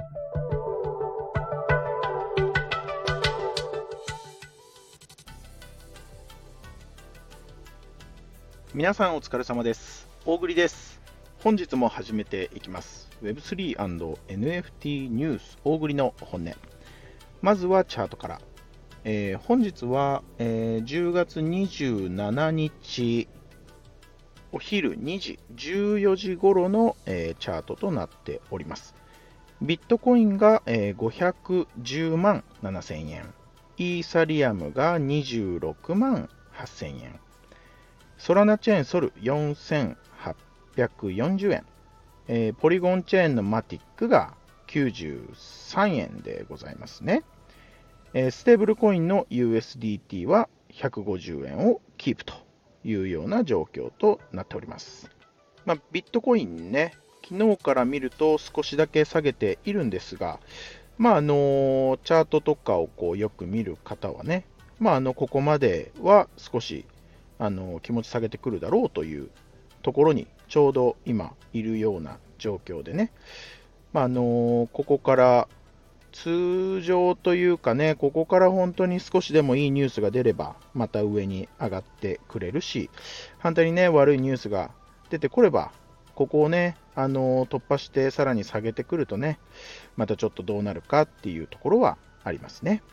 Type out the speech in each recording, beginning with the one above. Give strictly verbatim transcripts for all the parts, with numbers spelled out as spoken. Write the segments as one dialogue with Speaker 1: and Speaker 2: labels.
Speaker 1: 皆さんお疲れ様です。大栗です。本日も始めていきます。ウェブスリー エヌエフティー ニュース大栗の本音。まずはチャートから。えー、本日は、えー、じゅうがつにじゅうしちにちお昼にじ、じゅうよじ頃の、えー、チャートとなっております。ビットコインが、えー、ごひゃくじゅうまんななせんえん、イーサリアムがにじゅうろくまんはっせんえん、ソラナチェーンソルよんせんはっぴゃくよんじゅうえん、えー、ポリゴンチェーンのマティックがきゅうじゅうさんえんでございますね。えー、ステーブルコインの ユーエスディーティー はひゃくごじゅうえんをキープというような状況となっております。まあ、ビットコインね、昨日から見ると少しだけ下げているんですが、まああのチャートとかをこうよく見る方はね、まあ、あのここまでは少しあの気持ち下げてくるだろうというところにちょうど今いるような状況でね、まあ、あのここから通常というかね、ここから本当に少しでもいいニュースが出ればまた上に上がってくれるし、反対にね悪いニュースが出てこればここをね、あの突破してさらに下げてくるとね、またちょっとどうなるかっていうところはありますね。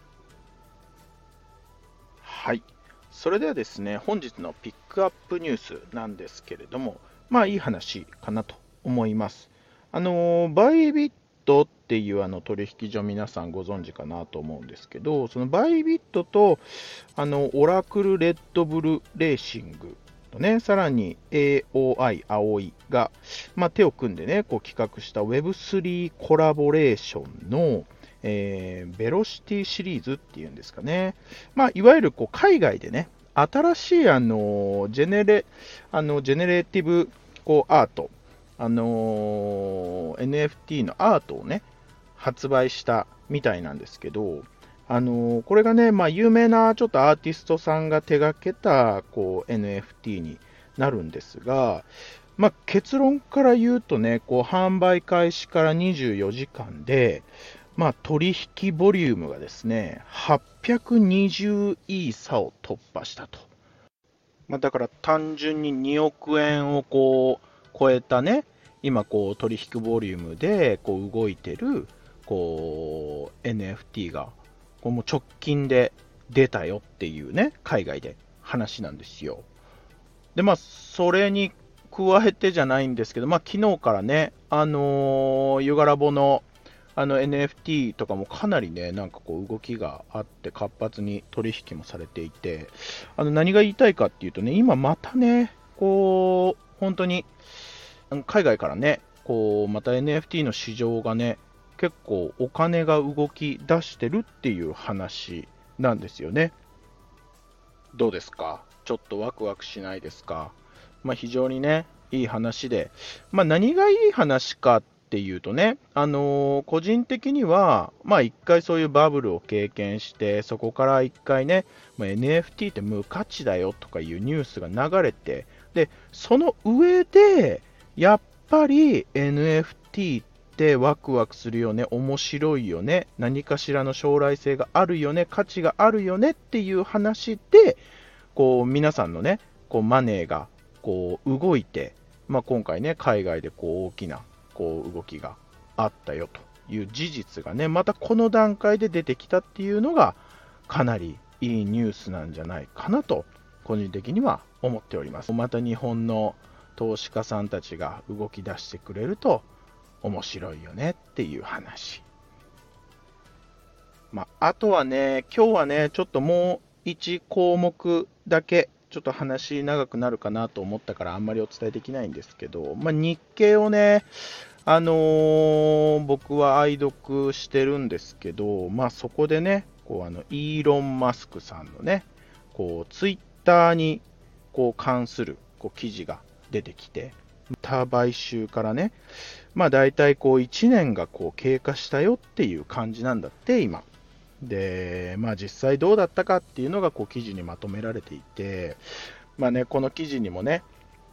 Speaker 1: はい。それではですね、本日のピックアップニュースなんですけれども、まあいい話かなと思います。あの、バイビットっていうあの取引所皆さんご存知かなと思うんですけど、そのバイビットとあのオラクルレッドブルレーシングとね、さらに エーオーアイ 葵が、まあ、手を組んでね、こう企画した ウェブスリー コラボレーションのえー、ベロシティシリーズっていうんですかね。まあ、いわゆるこう海外でね、新しいあのジェネレあのジェネレーティブこうアート、あのー、エヌエフティー のアートをね、発売したみたいなんですけど、あのー、これがね、まあ、有名なちょっとアーティストさんが手掛けたこう エヌエフティー になるんですが、まあ、結論から言うとね、こう販売開始からにじゅうよじかんで、まあ、取引ボリュームがですね、はっぴゃくにじゅうイーサを突破したと。まあ、だから単純ににおくえんをこう超えたね、今こう取引ボリュームでこう動いてるこう エヌエフティー がこうもう直近で出たよっていうね、海外で話なんですよ。で、まあ、それに加えてじゃないんですけど、まあ、昨日からね、あのー、ユガラボのあの エヌエフティー とかもかなりね、なんかこう動きがあって活発に取引もされていて、あの何が言いたいかっていうとね、今またね、こう、本当に海外からね、こう、また エヌエフティー の市場がね、結構お金が動き出してるっていう話なんですよね。どうですか？ちょっとワクワクしないですか？まあ非常にね、いい話で、まあ何がいい話かっていうとね、あのー個人的には、まあ一回そういうバブルを経験して、そこから一回ね、まあ、エヌエフティー って無価値だよとかいうニュースが流れて、で、その上で、やっぱり エヌエフティー ってワクワクするよね、面白いよね、何かしらの将来性があるよね、価値があるよねっていう話で、こう皆さんのね、こうマネーがこう動いて、まあ、今回ね、海外でこう大きなこう動きがあったよという事実がね、またこの段階で出てきたっていうのが、かなりいいニュースなんじゃないかなと、個人的には思っております。また日本の投資家さんたちが動き出してくれると面白いよねっていう話。まあ、あとはね、今日はね、ちょっともういち項目だけ、ちょっと話長くなるかなと思ったからあんまりお伝えできないんですけど、まあ、日経をね、あのー僕は愛読してるんですけど、まあ、そこでね、こうあのイーロン・マスクさんのね、こうツイッターにこう関するこう記事が出てきて、タ買収からね、まあ大体こういちねんがこう経過したよっていう感じなんだって、今。で、まあ実際どうだったかっていうのがこう記事にまとめられていて、まあね、この記事にもね、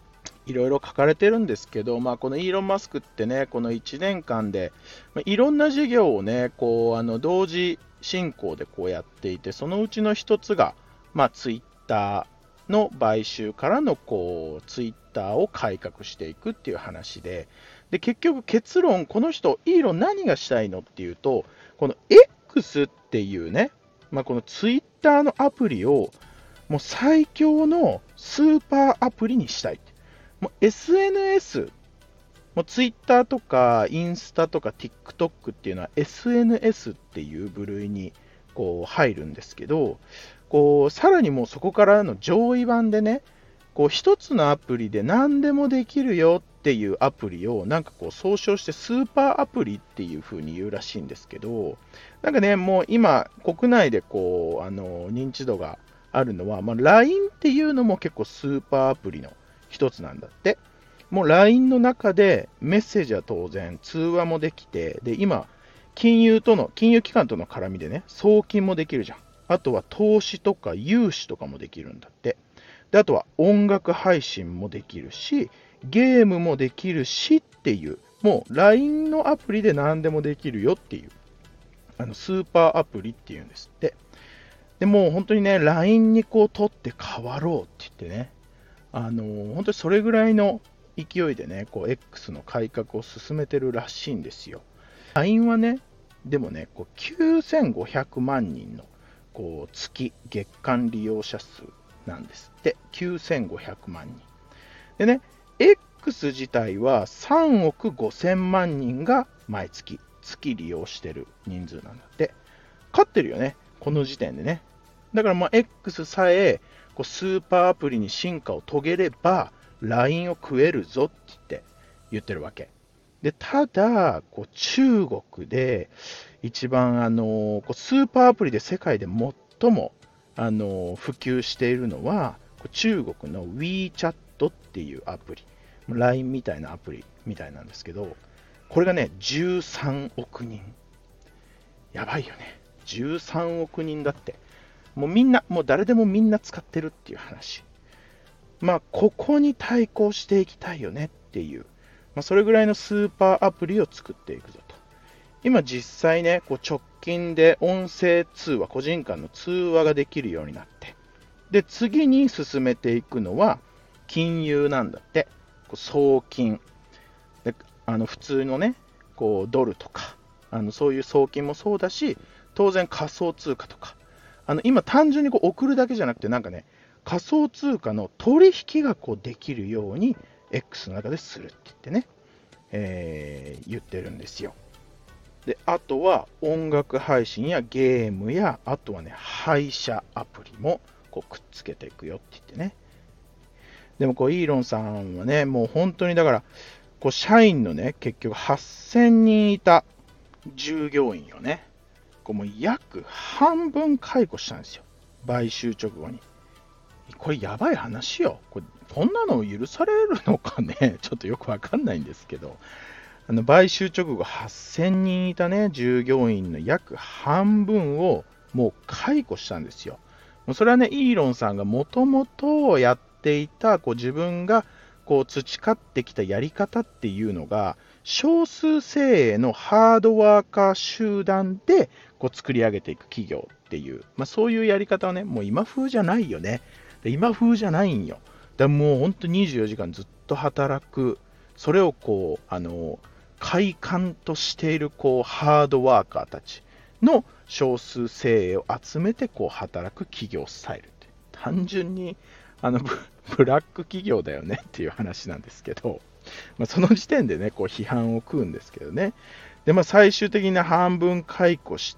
Speaker 1: いろいろ書かれてるんですけど、まあ、このイーロン・マスクってね、このいちねんかんで、まあ、いろんな事業をね、こうあの同時進行でこうやっていて、そのうちの一つが、まあ、ツイッターの買収からのこうツイッターを改革していくっていう話で、で結局結論、この人、イーロン何がしたいのっていうと、この X っていうね、まあ、このツイッターのアプリをもう最強のスーパーアプリにしたい。もう エスエヌエス、もう Twitter とかインスタとか TikTok っていうのは エスエヌエス っていう部類にこう入るんですけど、こうさらにもうそこからの上位版でね、こう一つのアプリで何でもできるよっていうアプリをなんかこう総称してスーパーアプリっていう風に言うらしいんですけど、なんかね、もう今国内でこうあの認知度があるのは、まあ、ライン っていうのも結構スーパーアプリの一つなんだって。もう ライン の中でメッセージは当然、通話もできて、で、今、金融との、金融機関との絡みでね、送金もできるじゃん。あとは投資とか融資とかもできるんだって。で、あとは音楽配信もできるし、ゲームもできるしっていう、もう ライン のアプリで何でもできるよっていう、あのスーパーアプリっていうんですって。でもう本当にね、ライン にこう取って変わろうって言ってね、あのー本当にそれぐらいの勢いでね、こう X の改革を進めてるらしいんですよ。ライン はね、でもね、こうきゅうせんごひゃくまんにんのこう月、月間利用者数なんですって。きゅうせんごひゃくまんにん。でね、X 自体はさんおくごせんまんにんが毎月、月利用してる人数なんだって。勝ってるよね、この時点でね。だからまあ X さえこうスーパーアプリに進化を遂げれば ライン を食えるぞって言って言ってるわけ。で、ただ、こう中国で一番あのこうスーパーアプリで世界で最もあの普及しているのはこう中国の WeChat っていうアプリ。ライン みたいなアプリみたいなんですけど、これがね、じゅうさんおくにん。やばいよね。じゅうさんおくにんだって。もうみんな、もう誰でもみんな使ってるっていう話。まあ、ここに対抗していきたいよねっていう、まあ、それぐらいのスーパーアプリを作っていくぞと。今実際ね、こう直近で音声通話、個人間の通話ができるようになって、で、次に進めていくのは金融なんだって。こう送金。で、あの普通のね、こうドルとか、あのそういう送金もそうだし、当然仮想通貨とか、あの今単純にこう送るだけじゃなくて、なんかね、仮想通貨の取引がこうできるように X の中でするって言ってね、えー言ってるんですよ。で、あとは音楽配信やゲームや、あとはね、配車アプリもこうくっつけていくよって言ってね。でもこう、イーロンさんはね、もう本当にだから、こう社員のね、結局はっせんにんいた従業員をね、こうもう約半分解雇したんですよ。買収直後に。これやばい話よ。これこんなの許されるのかね、ちょっとよくわかんないんですけど、あの買収直後はっせんにんいたね、従業員の約半分をもう解雇したんですよ。もうそれはね、イーロンさんがもともとやっていた、こう自分がこう培ってきたやり方っていうのが、少数精鋭のハードワーカー集団でこう作り上げていく企業っていう、まあ、そういうやり方はね、もう今風じゃないよね。今風じゃないんよ。だからもう本当ににじゅうよじかんずっと働く、それをこう、あの、快感としているこうハードワーカーたちの少数精鋭を集めてこう働く企業スタイルって、単純にあのブブラック企業だよねっていう話なんですけど、まあ、その時点でね、こう批判を食うんですけどね。で、まあ、最終的に半分解雇して、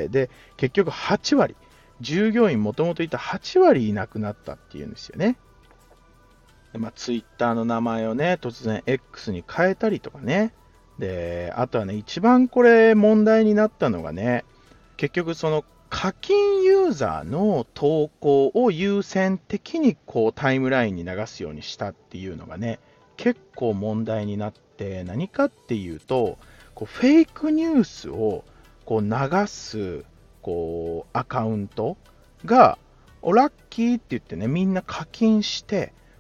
Speaker 1: で、結局はちわり、従業員もともといたはちわりいなくなったっていうんですよね。で、まあ、ツイッターの名前をね、突然 X に変えたりとかね。で、あとはね、一番これ問題になったのがね、結局その課金ユーザーの投稿を優先的にこうタイムラインに流すようにしたっていうのがね、結構問題になって、何かっていうと、こうフェイクニュースをこう流すこうアカウントが、おラッキーって言ってね、みんな課金して、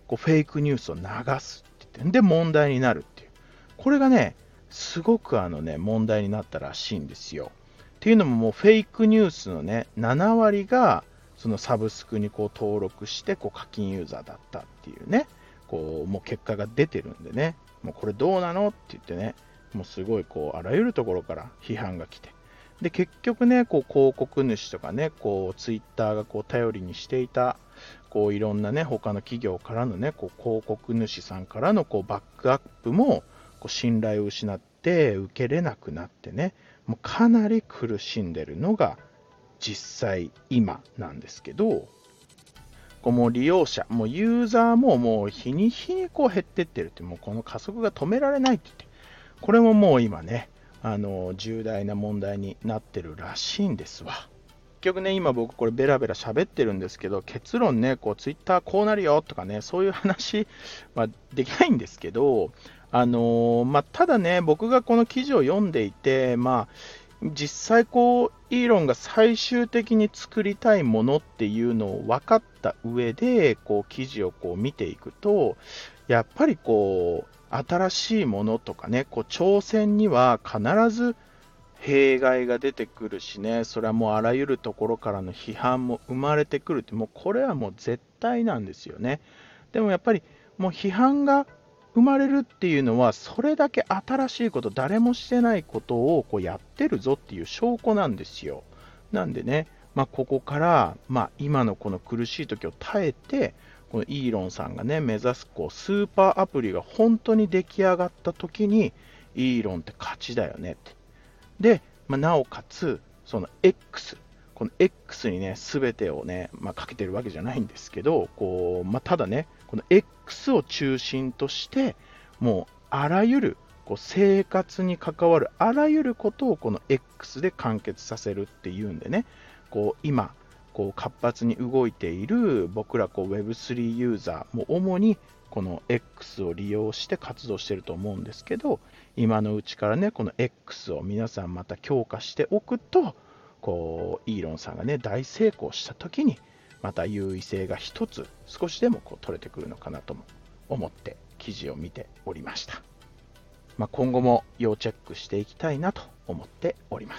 Speaker 1: こうフェイクニュースを流すって言って、で問題になるっていう。これがね、すごくあのね、問題になったらしいんですよ。っていうのももうフェイクニュースのね、ななわりがそのサブスクにこう登録してこう課金ユーザーだったっていうね、こうもう結果が出てるんでね、もうこれどうなのって言ってね、もうすごいこうあらゆるところから批判が来て、で結局ね、こう広告主とかね、こうツイッターがこう頼りにしていたこういろんなね、他の企業からのね、こう広告主さんからのこうバックアップもこう信頼を失って受けれなくなってね、もうかなり苦しんでるのが実際今なんですけど、こうもう利用者、もうユーザーももう日に日にこう減ってってるって、もうこの加速が止められないって言って、これももう今ね、あの重大な問題になってるらしいんですわ。結局ね、今僕これベラベラ喋ってるんですけど、結論ね、こうツイッターこうなるよとかね、そういう話はできないんですけど、あのーまあ、ただね、僕がこの記事を読んでいて、まあ、実際こう、イーロンが最終的に作りたいものっていうのを分かった上で、こう記事をこう見ていくと、やっぱりこう、新しいものとかね、こう挑戦には必ず弊害が出てくるしね、それはもうあらゆるところからの批判も生まれてくるって、もうこれはもう絶対なんですよね。でもやっぱりもう批判が生まれるっていうのは、それだけ新しいこと、誰もしてないことをこうやってるぞっていう証拠なんですよ。なんでね、まあ、ここから、まあ、今のこの苦しい時を耐えて、このイーロンさんがね、目指すこうスーパーアプリが本当に出来上がった時に、イーロンって勝ちだよねって。で、まあ、なおかつ、その X、この X にね、すべてをね、まあ、かけてるわけじゃないんですけど、こうまあ、ただね、この X を中心として、もうあらゆるこう生活に関わるあらゆることをこの X で完結させるっていうんでね、こう今、こう活発に動いている僕らこう ウェブスリー ユーザーも主にこの X を利用して活動していると思うんですけど、今のうちからね、この X を皆さんまた強化しておくと、こうイーロンさんがね、大成功したときに、また優位性が一つ少しでもこう取れてくるのかなとも思って記事を見ておりました。まあ、今後も要チェックしていきたいなと思っております。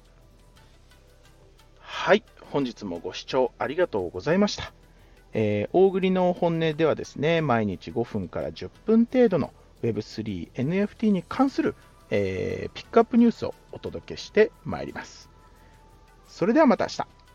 Speaker 1: はい、本日もご視聴ありがとうございました。えー、大栗の本音ではですね、毎日ごふんからじゅっぷん程度の ウェブスリー エヌエフティー に関する、えー、ピックアップニュースをお届けしてまいります。それではまた明日。